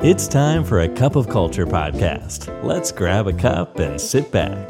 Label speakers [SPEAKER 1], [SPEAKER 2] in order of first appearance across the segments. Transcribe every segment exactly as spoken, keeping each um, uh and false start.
[SPEAKER 1] It's time for a cup of culture podcast. Let's grab a cup and sit back.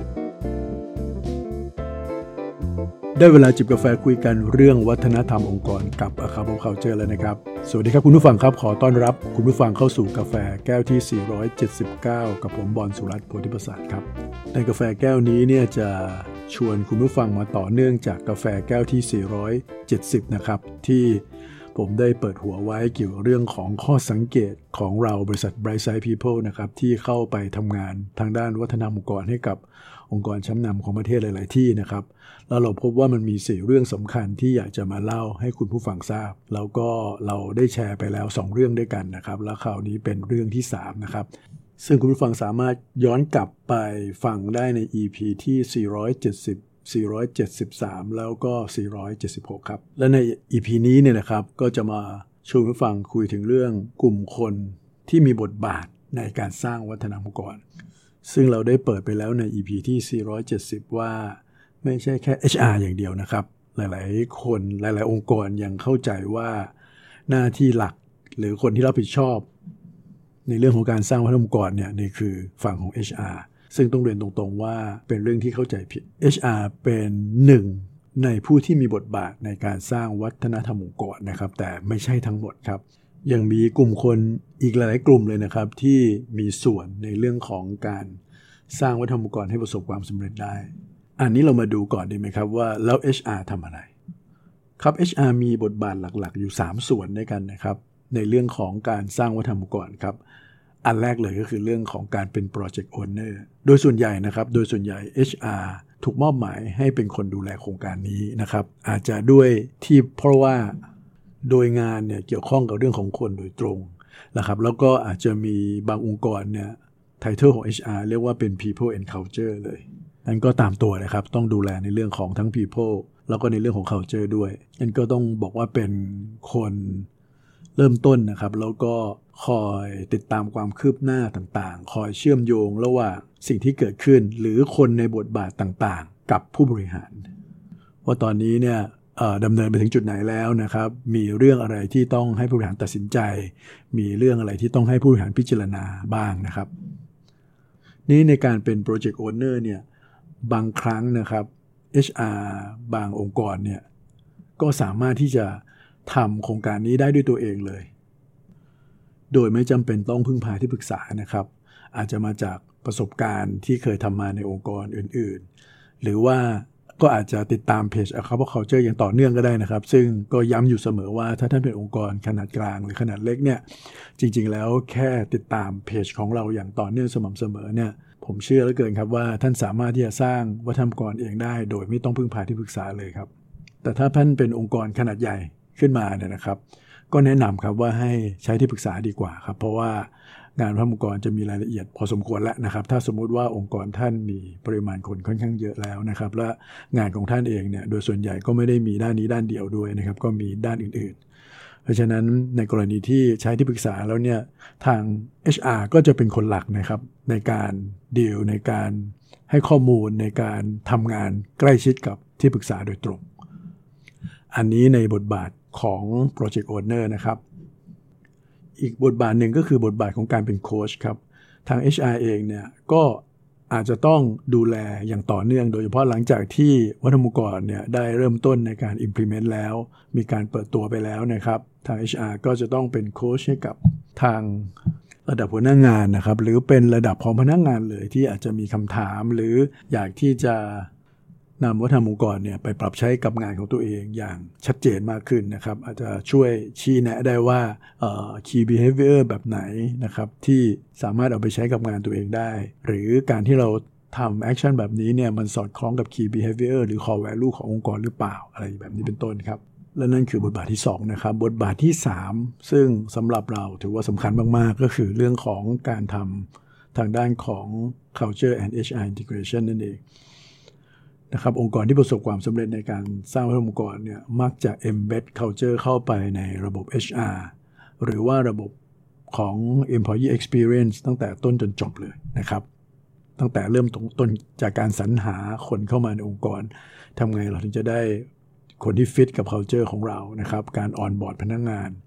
[SPEAKER 2] ได้เวลาจิบกาแฟคุยกันเรื่องวัฒนธรรมองค์กรกับ A Cup of Culture แล้วนะครับสวัสดีครับคุณผู้ฟังครับขอต้อนรับคุณผู้ฟังเข้าสู่กาแฟแก้วที่สี่ร้อยเจ็ดสิบเก้ากับผมบอลสุรัตน์โพธิประสาทครับในกาแฟแก้วนี้เนี่ยจะชวนคุณผู้ฟังมาต่อเนื่องจากกาแฟแก้วที่สี่ร้อยเจ็ดสิบนะครับที่ผมได้เปิดหัวไว้เกี่ยวกับเรื่องของข้อสังเกตของเราบริษัท Brightside People นะครับที่เข้าไปทำงานทางด้านวัฒนธรรมองค์กรให้กับองค์กรชั้นนำของประเทศหลายๆที่นะครับแล้วเราพบว่ามันมีสี่เรื่องสำคัญที่อยากจะมาเล่าให้คุณผู้ฟังทราบแล้วก็เราได้แชร์ไปแล้วสองเรื่องด้วยกันนะครับแล้วคราวนี้เป็นเรื่องที่สามนะครับซึ่งคุณผู้ฟังสามารถย้อนกลับไปฟังได้ใน อี พี ที่สี่ร้อยเจ็ดสิบ สี่ร้อยเจ็ดสิบสามแล้วก็สี่ร้อยเจ็ดสิบหกครับและใน อี พี นี้เนี่ยนะครับก็จะมาชวนผู้ฟังคุยถึงเรื่องกลุ่มคนที่มีบทบาทในการสร้างวัฒนธรรมองค์กรซึ่งเราได้เปิดไปแล้วใน อี พี ที่สี่ร้อยเจ็ดสิบว่าไม่ใช่แค่ เอช อาร์ อย่างเดียวนะครับหลายๆคนหลายๆองค์กรยังเข้าใจว่าหน้าที่หลักหรือคนที่รับผิดชอบในเรื่องของการสร้างวัฒนธรรมองค์กรเนี่ยนี่คือฝั่งของ เอช อาร์ ซึ่งต้องเรียนตรงๆว่าเป็นเรื่องที่เข้าใจผิด เอช อาร์ เป็นหนึ่งในผู้ที่มีบทบาทในการสร้างวัฒนธรรมองค์กรนะครับแต่ไม่ใช่ทั้งหมดครับยังมีกลุ่มคนอีกหลายๆกลุ่มเลยนะครับที่มีส่วนในเรื่องของการสร้างวัฒนธรรมองค์กรให้ประสบความสำเร็จได้อันนี้เรามาดูก่อนดีไหมครับว่าแล้ว เอช อาร์ ทำอะไรครับ เอช อาร์ มีบทบาทหลักๆอยู่สามส่วนด้วยกันนะครับในเรื่องของการสร้างวัฒนธรรมองค์กรครับอันแรกเลยก็คือเรื่องของการเป็น Project Owner โดยส่วนใหญ่นะครับโดยส่วนใหญ่ เอช อาร์ ถูกมอบหมายให้เป็นคนดูแลโครงการนี้นะครับอาจจะด้วยที่เพราะว่าโดยงานเนี่ยเกี่ยวข้องกับเรื่องของคนโดยตรงนะครับแล้วก็อาจจะมีบางองค์กรเนี่ยไทเทิลของ เอช อาร์ เรียกว่าเป็น People and Culture เลยนั่นก็ตามตัวนะครับต้องดูแลในเรื่องของทั้ง People แล้วก็ในเรื่องของ Culture ด้วยนั่นก็ต้องบอกว่าเป็นคนเริ่มต้นนะครับแล้วก็คอยติดตามความคืบหน้าต่างๆคอยเชื่อมโยงระหว่างสิ่งที่เกิดขึ้นหรือคนในบทบาทต่างๆกับผู้บริหารว่าตอนนี้เนี่ยดำเนินไปถึงจุดไหนแล้วนะครับมีเรื่องอะไรที่ต้องให้ผู้บริหารตัดสินใจมีเรื่องอะไรที่ต้องให้ผู้บริหารพิจารณาบ้างนะครับนี่ในการเป็น Project Owner เนี่ยบางครั้งนะครับ เอช อาร์ บางองค์กรเนี่ยก็สามารถที่จะทำโครงการนี้ได้ด้วยตัวเองเลยโดยไม่จำเป็นต้องพึ่งพาที่ปรึกษานะครับอาจจะมาจากประสบการณ์ที่เคยทำมาในองค์กรอื่นๆหรือว่าก็อาจจะติดตามเพจ A Cup of Culture อย่างต่อเนื่องก็ได้นะครับซึ่งก็ย้ำอยู่เสมอว่าถ้าท่านเป็นองค์กรขนาดกลางหรือขนาดเล็กเนี่ยจริงๆแล้วแค่ติดตามเพจของเราอย่างต่อเนื่องสม่ำเสมอเนี่ยผมเชื่อเหลือเกินครับว่าท่านสามารถที่จะสร้างวัฒนธรรมองค์กรเองได้โดยไม่ต้องพึ่งพาที่ปรึกษาเลยครับแต่ถ้าท่านเป็นองค์กรขนาดใหญ่ขึ้นมาเนี่ยนะครับก็แนะนำครับว่าให้ใช้ที่ปรึกษาดีกว่าครับเพราะว่างานวัฒนธรรมองค์กรจะมีรายละเอียดพอสมควรแล้วนะครับถ้าสมมุติว่าองค์กรท่านมีปริมาณคนค่อนข้างเยอะแล้วนะครับและงานของท่านเองเนี่ยโดยส่วนใหญ่ก็ไม่ได้มีด้านนี้ด้านเดียวด้วยนะครับก็มีด้านอื่นๆเพราะฉะนั้นในกรณีที่ใช้ที่ปรึกษาแล้วเนี่ยทาง เอช อาร์ ก็จะเป็นคนหลักนะครับในการดีลในการให้ข้อมูลในการทำงานใกล้ชิดกับที่ปรึกษาโดยตรงอันนี้ในบทบาทของ Project Owner นะครับอีกบทบาทหนึ่งก็คือบทบาทของการเป็นโค้ชครับทาง เอช อาร์ เองเนี่ยก็อาจจะต้องดูแลอย่างต่อเนื่องโดยเฉพาะหลังจากที่วัฒนธรรมองค์กรเนี่ยได้เริ่มต้นในการ implement แล้วมีการเปิดตัวไปแล้วนะครับทาง เอช อาร์ ก็จะต้องเป็นโค้ชให้กับทางระดับหัวหน้างานนะครับหรือเป็นระดับของพนักงานเลยที่อาจจะมีคำถามหรืออยากที่จะนำวัฒนธรรมองค์กรเนี่ยไปปรับใช้กับงานของตัวเองอย่างชัดเจนมากขึ้นนะครับอาจจะช่วยชี้แนะได้ว่าเอ่อ key behavior แบบไหนนะครับที่สามารถเอาไปใช้กับงานตัวเองได้หรือการที่เราทำ action แบบนี้เนี่ยมันสอดคล้องกับ key behavior หรือ core value ขององค์กรหรือเปล่าอะไรแบบนี้เป็นต้นครับและนั่นคือบทบาทที่สองนะครับบทบาทที่สามซึ่งสำหรับเราถือว่าสำคัญมากๆก็คือเรื่องของการทำทางด้านของ culture and เอช อาร์ integration นั่นเองนะครับองค์กรที่ประสบความสำเร็จในการสร้างวัฒนธรรมองค์กรเนี่ยมักจะ embed culture เข้าไปในระบบ เอช อาร์ หรือว่าระบบของ employee experience ตั้งแต่ต้นจนจบเลยนะครับตั้งแต่เริ่มต้นจากการสรรหาคนเข้ามาในองค์กรทำไงเราถึงจะได้คนที่ฟิตกับ culture ของเรานะครับการ onboard พนักงาน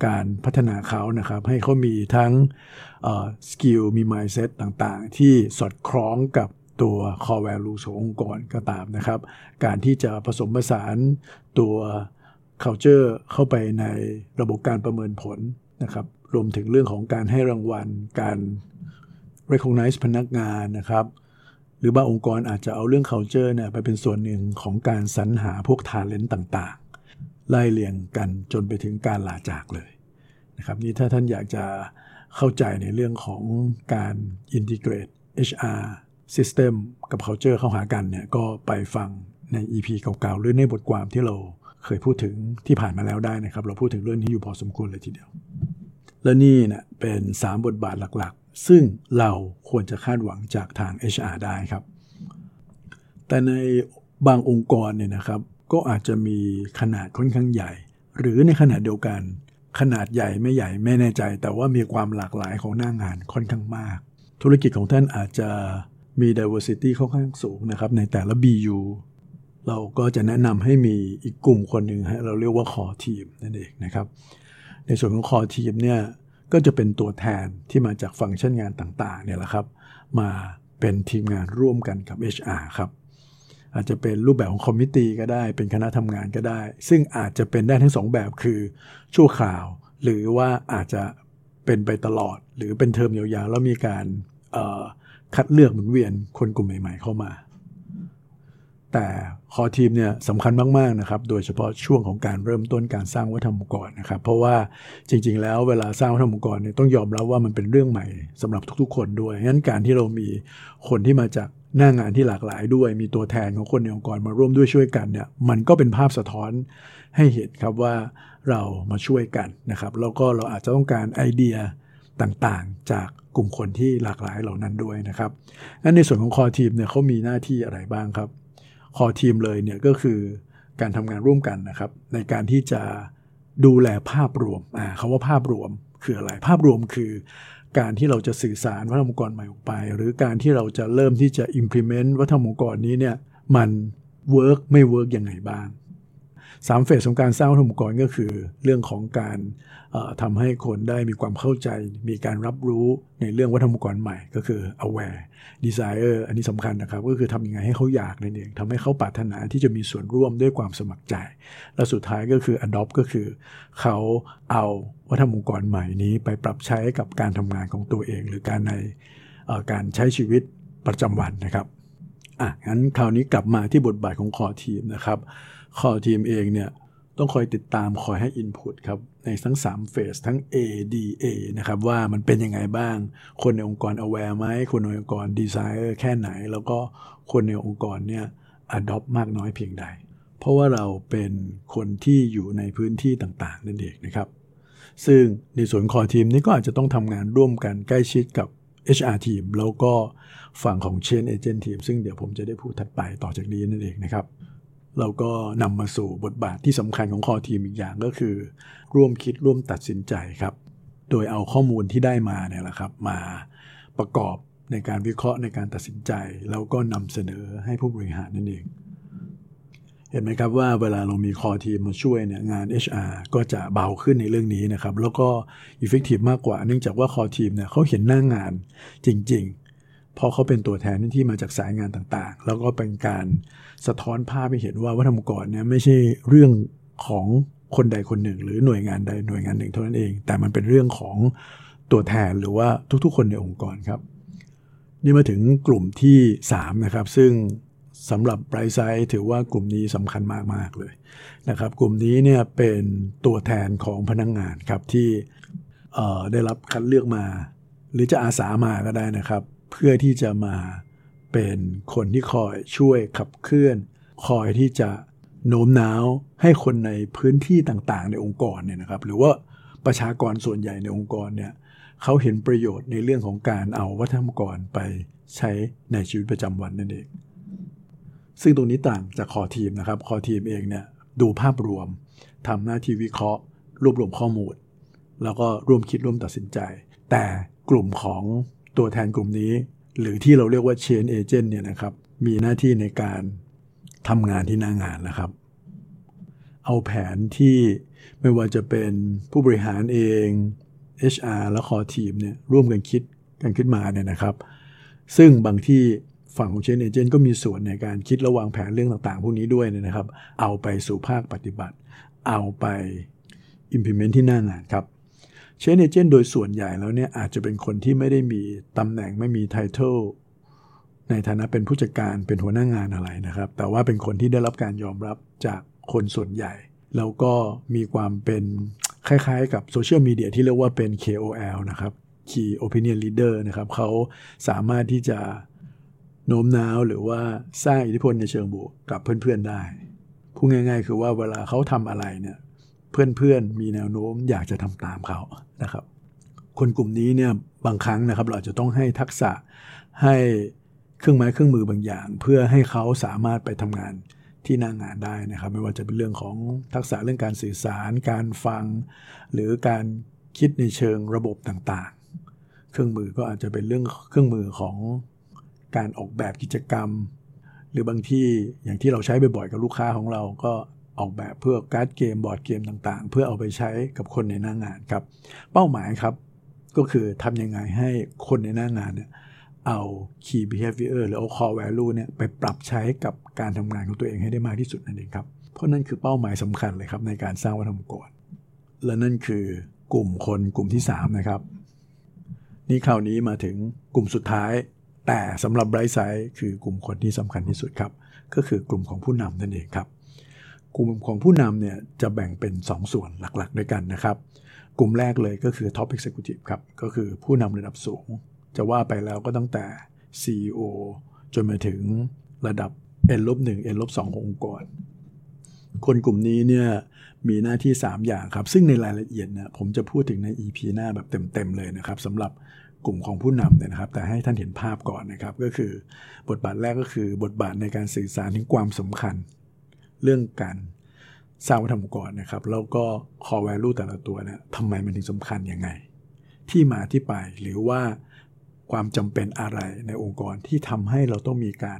[SPEAKER 2] การพัฒนาเขานะครับให้เขามีทั้งสกิลมี mindset ต่างๆที่สอดคล้องกับตัว core value ขององค์กรก็ตามนะครับการที่จะผสมผสานตัว culture เข้าไปในระบบการประเมินผลนะครับรวมถึงเรื่องของการให้รางวัลการ recognize พนักงานนะครับหรือบางองค์กรอาจจะเอาเรื่อง culture เนี่ยไปเป็นส่วนหนึ่งของการสรรหาพวก talent ต่างๆไล่เรียงกันจนไปถึงการลาจากเลยนะครับนี่ถ้าท่านอยากจะเข้าใจในเรื่องของการ integrate เอช อาร์ system กับ culture เข้าหากันเนี่ยก็ไปฟังใน อี พี เก่าๆหรือในบทความที่เราเคยพูดถึงที่ผ่านมาแล้วได้นะครับเราพูดถึงเรื่องนี้อยู่พอสมควรเลยทีเดียวและนี่เนี่ยเป็นสามบทบาทหลักๆซึ่งเราควรจะคาดหวังจากทาง เอช อาร์ ได้ครับแต่ในบางองค์กรเนี่ยนะครับก็อาจจะมีขนาดค่อนข้างใหญ่หรือในขนาดเดียวกันขนาดใหญ่ไม่ใหญ่ไม่แน่ใจแต่ว่ามีความหลากหลายของหน้างานค่อนข้างมากธุรกิจของท่านอาจจะมี diversity ค่อนข้างสูงนะครับในแต่ละ บี ยู เราก็จะแนะนำให้มีอีกกลุ่มคนหนึ่งฮะเราเรียกว่า core team นั่นเองนะครับในส่วนของ core team เนี่ยก็จะเป็นตัวแทนที่มาจากฟังก์ชันงานต่างๆเนี่ยแหละครับมาเป็นทีมงานร่วมกันกับ เอช อาร์ ครับอาจจะเป็นรูปแบบของคอมมิตตี้ก็ได้เป็นคณะทำงานก็ได้ซึ่งอาจจะเป็นได้ทั้งสองแบบคือชั่วคราวหรือว่าอาจจะเป็นไปตลอดหรือเป็นเทอมยาวๆแล้วมีการคัดเลือกหมุนเวียนคนกลุ่มใหม่ๆเข้ามาแต่คอทีมเนี่ยสำคัญมากๆนะครับโดยเฉพาะช่วงของการเริ่มต้นการสร้างวัฒนธรรมองค์กรนะครับเพราะว่าจริงๆแล้วเวลาสร้างวัฒนธรรมองค์กรเนี่ยต้องยอมรับว่ามันเป็นเรื่องใหม่สำหรับทุกๆคนด้วยงั้นการที่เรามีคนที่มาจากหน้างานที่หลากหลายด้วยมีตัวแทนของคนในองค์กรมาร่วมด้วยช่วยกันเนี่ยมันก็เป็นภาพสะท้อนให้เห็นครับว่าเรามาช่วยกันนะครับแล้วก็เราอาจจะต้องการไอเดียต่างๆจากกลุ่มคนที่หลากหลายเหล่านั้นด้วยนะครับงั้นในส่วนของคอทีมเนี่ยเขามีหน้าที่อะไรบ้างครับคอทีมเลยเนี่ยก็คือการทำงานร่วมกันนะครับในการที่จะดูแลภาพรวมอ่าคำว่าภาพรวมคืออะไรภาพรวมคือการที่เราจะสื่อสารวัฒนธรรมองค์กรใหม่ออกไปหรือการที่เราจะเริ่มที่จะ implement วัฒนธรรมองค์กรนี้เนี่ยมัน work ไม่ work ยังไงบ้างสามเฟสของการสร้างวัฒนธรรมองค์กรก็คือเรื่องของการทำให้คนได้มีความเข้าใจมีการรับรู้ในเรื่องวัฒนธรรมองค์กรใหม่ก็คือ aware desire อันนี้สำคัญนะครับก็คือทำยังไงให้เขาอยากนั่นเองทำให้เขาปรารถนาที่จะมีส่วนร่วมด้วยความสมัครใจและสุดท้ายก็คือ adopt ก็คือเขาเอาวัฒนธรรมองค์กรใหม่นี้ไปปรับใช้กับการทำงานของตัวเองหรือการในการใช้ชีวิตประจำวันนะครับอ่ะงั้นคราวนี้กลับมาที่บทบาทของ core team นะครับcore team เองเนี่ยต้องคอยติดตามคอยให้ input ครับในทั้งสามเฟสทั้ง A D A นะครับว่ามันเป็นยังไงบ้างคนในองค์กร aware ไหมคนในองค์กร desire แค่ไหนแล้วก็คนในองค์กรเนี่ย adopt มากน้อยเพียงใดเพราะว่าเราเป็นคนที่อยู่ในพื้นที่ต่างๆนั่นเองนะครับซึ่งในส่วน core team นี้ก็อาจจะต้องทำงานร่วมกันใกล้ชิดกับ เอช อาร์ team แล้วก็ฝั่งของ change agent team ซึ่งเดี๋ยวผมจะได้พูดถัดไปต่อจากนี้นั่นเองนะครับเราก็นำมาสู่บทบาทที่สำคัญของ core team อีกอย่างก็คือร่วมคิดร่วมตัดสินใจครับโดยเอาข้อมูลที่ได้มาเนี่ยแหละครับมาประกอบในการวิเคราะห์ในการตัดสินใจแล้วก็นำเสนอให้ผู้บริหารนั่นเองเห็นไหมครับว่าเวลาเรามี core team มาช่วยเนี่ยงาน เอช อาร์ ก็จะเบาขึ้นในเรื่องนี้นะครับแล้วก็ effective มากกว่าเนื่องจากว่า core team เนี่ยเขาเห็นหน้างานจริงๆเพราะเขาเป็นตัวแทนที่มาจากสายงานต่างๆแล้วก็เป็นการสะท้อนภาพให้เห็นว่าวัฒนธรรมองค์กรเนี่ยไม่ใช่เรื่องของคนใดคนหนึ่งหรือหน่วยงานใดหน่วยงานหนึ่งเท่านั้นเองแต่มันเป็นเรื่องของตัวแทนหรือว่าทุกๆคนในองค์กรครับนี่มาถึงกลุ่มที่สามนะครับซึ่งสำหรับ Bright Side ถือว่ากลุ่มนี้สำคัญมากๆเลยนะครับกลุ่มนี้เนี่ยเป็นตัวแทนของพนักงานครับที่ได้รับคัดเลือกมาหรือจะอาสามาก็ได้นะครับเพื่อที่จะมาเป็นคนที่คอยช่วยขับเคลื่อนคอยที่จะโน้มน้าวให้คนในพื้นที่ต่างๆในองค์กรเนี่ยนะครับหรือว่าประชากรส่วนใหญ่ในองค์กรเนี่ยเขาเห็นประโยชน์ในเรื่องของการเอาวัฒนธรรมองค์กรไปใช้ในชีวิตประจำวันนั่นเองซึ่งตรงนี้ต่างจากคอทีมนะครับคอทีมเองเนี่ยดูภาพรวมทำหน้าที่วิเคราะห์รวบรวมข้อมูลแล้วก็ร่วมคิดร่วมตัดสินใจแต่กลุ่มของตัวแทนกลุ่มนี้หรือที่เราเรียกว่า change agent เนี่ยนะครับมีหน้าที่ในการทำงานที่หน้างานนะครับเอาแผนที่ไม่ว่าจะเป็นผู้บริหารเอง เอช อาร์ และคอทีมเนี่ยร่วมกันคิดกันขึ้นมาเนี่ยนะครับซึ่งบางที่ฝั่งของ Change Agent ก็มีส่วนในการคิดและวางแผนเรื่องต่างๆพวกนี้ด้วยเนี่ยนะครับเอาไปสู่ภาคปฏิบัติเอาไป implement ที่หน้างานครับ Change Agent โดยส่วนใหญ่แล้วเนี่ยอาจจะเป็นคนที่ไม่ได้มีตำแหน่งไม่มี title ในฐานะเป็นผู้จัดการเป็นหัวหน้างานอะไรนะครับแต่ว่าเป็นคนที่ได้รับการยอมรับจากคนส่วนใหญ่แล้วก็มีความเป็นคล้ายๆกับโซเชียลมีเดียที่เรียกว่าเป็น เค โอ แอล นะครับ Key Opinion Leader นะครับเขาสามารถที่จะโน้มน้าวหรือว่าสร้างอิทธิพลในเชิงบวกกับเพื่อนๆได้พูดง่ายๆคือว่าเวลาเขาทำอะไรเนี่ยเพื่อนๆมีแนวโน้มอยากจะทำตามเขานะครับคนกลุ่มนี้เนี่ยบางครั้งนะครับเราจะต้องให้ทักษะให้เครื่องไม้เครื่องมือบางอย่างเพื่อให้เขาสามารถไปทำงานที่หน้างานได้นะครับไม่ว่าจะเป็นเรื่องของทักษะเรื่องการสื่อสารการฟังหรือการคิดในเชิงระบบต่างๆเครื่องมือก็อาจจะเป็นเรื่องเครื่องมือของการออกแบบกิจกรรมหรือบางที่อย่างที่เราใช้บ่อยๆกับลูกค้าของเราก็ออกแบบเพื่อการ์ดเกมบอร์ดเกมต่างๆเพื่อเอาไปใช้กับคนในหน้างานครับเป้าหมายครับก็คือทำยังไงให้คนในหน้างานเนี่ยเอา key behavior หรือเอา core value เนี่ยไปปรับใช้กับการทำงานของตัวเองให้ได้มากที่สุดนั่นเองครับเพราะนั่นคือเป้าหมายสำคัญเลยครับในการสร้างวัฒนธรรมองค์กรและนั่นคือกลุ่มคนกลุ่มที่สามนะครับนี่คราวนี้มาถึงกลุ่มสุดท้ายแต่สำหรับ Bright Side คือกลุ่มคนที่สำคัญที่สุดครับก็คือกลุ่มของผู้นำนั่นเองครับกลุ่มของผู้นำเนี่ยจะแบ่งเป็นสองส่วนหลักๆด้วยกันนะครับกลุ่มแรกเลยก็คือ Top Executive ครับก็คือผู้นำระดับสูงจะว่าไปแล้วก็ตั้งแต่ ซี อี โอ จนมาถึงระดับ เอ็น หนึ่ง เอ็น สอง ขององค์กรคนกลุ่มนี้เนี่ยมีหน้าที่สามอย่างครับซึ่งในรายละเอียดเนี่ยผมจะพูดถึงใน อี พี หน้าแบบเต็มๆเลยนะครับสำหรับกลุ่มของผู้นำเนี่ยนะครับแต่ให้ท่านเห็นภาพก่อนนะครับก็คือบทบาทแรกก็คือบทบาทในการสื่อสารถึงความสำคัญเรื่องการสร้างวัฒนธรรมองค์กรนะครับแล้วก็ core value แต่ละตัวเนี่ยทำไมมันถึงสำคัญยังไงที่มาที่ไปหรือว่าความจำเป็นอะไรในองค์กรที่ทำให้เราต้องมีการ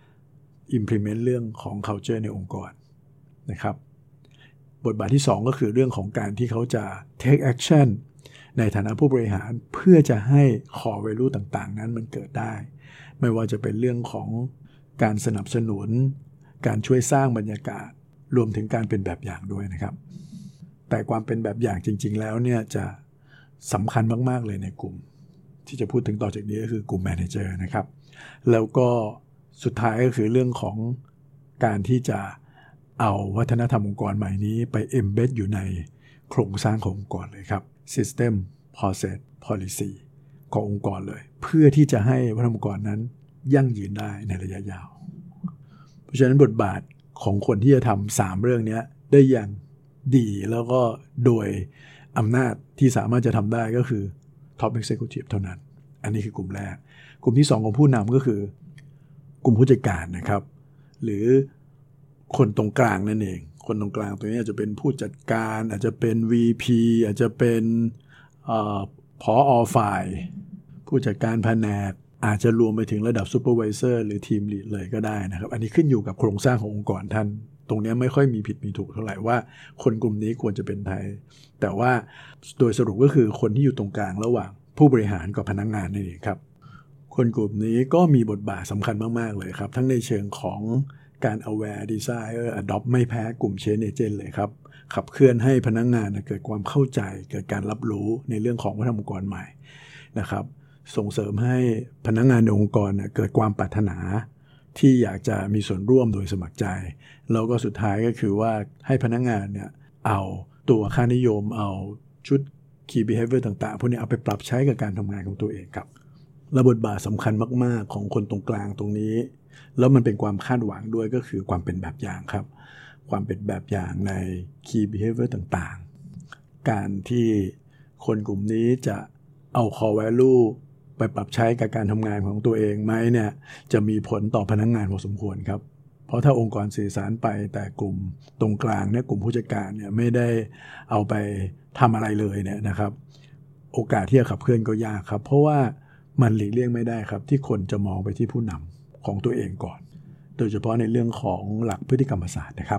[SPEAKER 2] implement เรื่องของ culture ในองค์กรนะครับบทบาทที่สองก็คือเรื่องของการที่เขาจะ take action ในฐานะผู้บริหารเพื่อจะให้ core value ต่างๆนั้นมันเกิดได้ไม่ว่าจะเป็นเรื่องของการสนับสนุนการช่วยสร้างบรรยากาศรวมถึงการเป็นแบบอย่างด้วยนะครับแต่ความเป็นแบบอย่างจริงๆแล้วเนี่ยจะสำคัญมากๆเลยในกลุ่มที่จะพูดถึงต่อจากนี้ก็คือกลุ่มแมเนเจอร์นะครับแล้วก็สุดท้ายก็คือเรื่องของการที่จะเอาวัฒนธรรมองค์กรใหม่นี้ไป embed อยู่ในโครงสร้างขององค์กรเลยครับ system process policy ขององค์กรเลยเพื่อที่จะให้วัฒนธรรมองค์กรนั้นยั่งยืนได้ในระยะยาวเพราะฉะนั้นบทบาทของคนที่จะทำสามเรื่องนี้ได้อย่างดีแล้วก็โดยอำนาจที่สามารถจะทำได้ก็คือ Top Executive เท่านั้นอันนี้คือกลุ่มแรกกลุ่มที่สองของผู้นำก็คือกลุ่มผู้จัดการนะครับหรือคนตรงกลางนั่นเองคนตรงกลางตัวนี้อาจจะเป็นผู้จัดการอาจจะเป็น วี พี อาจจะเป็นผอ.ฝ่ายผู้จัดการแผนกอาจจะรวมไปถึงระดับซูเปอร์วิเซอร์หรือทีมลีดเลยก็ได้นะครับอันนี้ขึ้นอยู่กับโครงสร้างขององค์กรท่านตรงนี้ไม่ค่อยมีผิดมีถูกเท่าไหร่ว่าคนกลุ่มนี้ควรจะเป็นใครแต่ว่าโดยสรุปก็คือคนที่อยู่ตรงกลางระหว่างผู้บริหารกับพนักงานนี่เองครับคนกลุ่มนี้ก็มีบทบาทสำคัญมากๆเลยครับทั้งในเชิงของการ aware desire adopt ไม่แพ้กลุ่ม change agent เลยครับขับเคลื่อนให้พนักงานเกิดความเข้าใจเกิดการรับรู้ในเรื่องของวัฒนธรรมองค์กรใหม่นะครับส่งเสริมให้พนักงานในองค์กรเกิดความปรารถนาที่อยากจะมีส่วนร่วมโดยสมัครใจแล้วก็สุดท้ายก็คือว่าให้พนักงานเนี่ยเอาตัวค่านิยมเอาชุด key behavior ต่างๆพวกนี้เอาไปปรับใช้กับการทำงานของตัวเองครับและบทบาทสำคัญมากๆของคนตรงกลางตรงนี้แล้วมันเป็นความคาดหวังด้วยก็คือความเป็นแบบอย่างครับความเป็นแบบอย่างใน key behavior ต่างๆการที่คนกลุ่มนี้จะเอา core value ไปปรับใช้กับการทำงานของตัวเองไหมเนี่ยจะมีผลต่อพนักงานพอสมควรครับเพราะถ้าองค์กรสื่อสารไปแต่กลุ่มตรงกลางเนี่ยกลุ่มผู้จัดการเนี่ยไม่ได้เอาไปทำอะไรเลยเนี่ยนะครับโอกาสที่จะขับเคลื่อนก็ยากครับเพราะว่ามันหลีกเลี่ยงไม่ได้ครับที่คนจะมองไปที่ผู้นำของตัวเองก่อนโดยเฉพาะในเรื่องของหลักพฤติกรรมศาสตร์นะครับ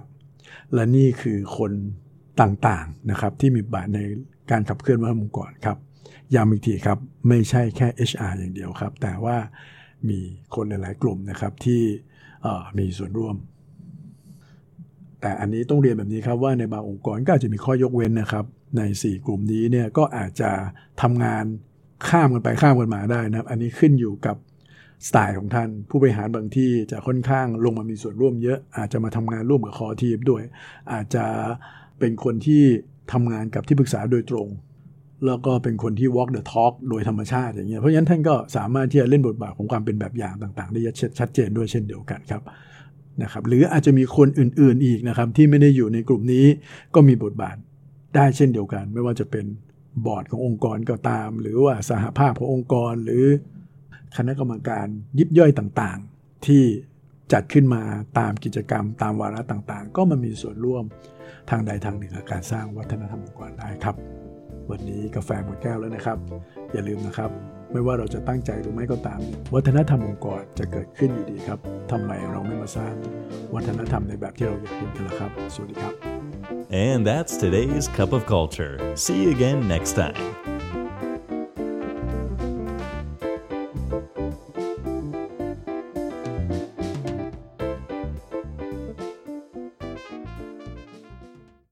[SPEAKER 2] และนี่คือคนต่างๆนะครับที่มีบทบาทในการขับเคลื่อนวัฒนธรรมองค์กรครับย้ำอีกทีครับไม่ใช่แค่ เอช อาร์ อย่างเดียวครับแต่ว่ามีคนหลายๆกลุ่มนะครับที่มีส่วนร่วมแต่อันนี้ต้องเรียนแบบนี้ครับว่าในบางองค์กรก็อาจจะมีข้อยกเว้นนะครับในสี่กลุ่มนี้เนี่ยก็อาจจะทำงานข้ามกันไปข้ามกันมาได้นะครับอันนี้ขึ้นอยู่กับสไตล์ของท่านผู้บริหารบางที่จะค่อนข้างลงมามีส่วนร่วมเยอะอาจจะมาทำงานร่วมกับคอทีมด้วยอาจจะเป็นคนที่ทำงานกับที่ปรึกษาโดยตรงแล้วก็เป็นคนที่ walk the talk โดยธรรมชาติอย่างเงี้ยเพราะฉะนั้นท่านก็สามารถที่จะเล่นบทบาทของความเป็นแบบอย่างต่างๆได้ชัดเจนด้วยเช่นเดียวกันครับนะครับหรืออาจจะมีคนอื่นๆอีกนะครับที่ไม่ได้อยู่ในกลุ่มนี้ก็มีบทบาทได้เช่นเดียวกันไม่ว่าจะเป็นบอร์ดขององค์กรก็ตามหรือว่าสหภาพขององค์กรหรือคณะกรรมการยิบย่อยต่างๆที่จัดขึ้นมาตามกิจกรรมตามวาระต่างๆก็มามีส่วนร่วมทางใดทางหนึ่งกับการสร้างวัฒนธรรมองค์กรได้ครับวันนี้กาแฟหมดแก้วแล้วนะครับอย่าลืมนะครับไม่ว่าเราจะตั้งใจหรือไม่ก็ตามวัฒนธรรมองค์กรจะเกิดขึ้นอยู่ดีครับทำไมเราไม่มาสร้างวัฒนธรรมในแบบที่เราอยากเห็นกันล่ะครับสวัสดีครับ
[SPEAKER 1] And that's today's Cup of Culture. See you again next time.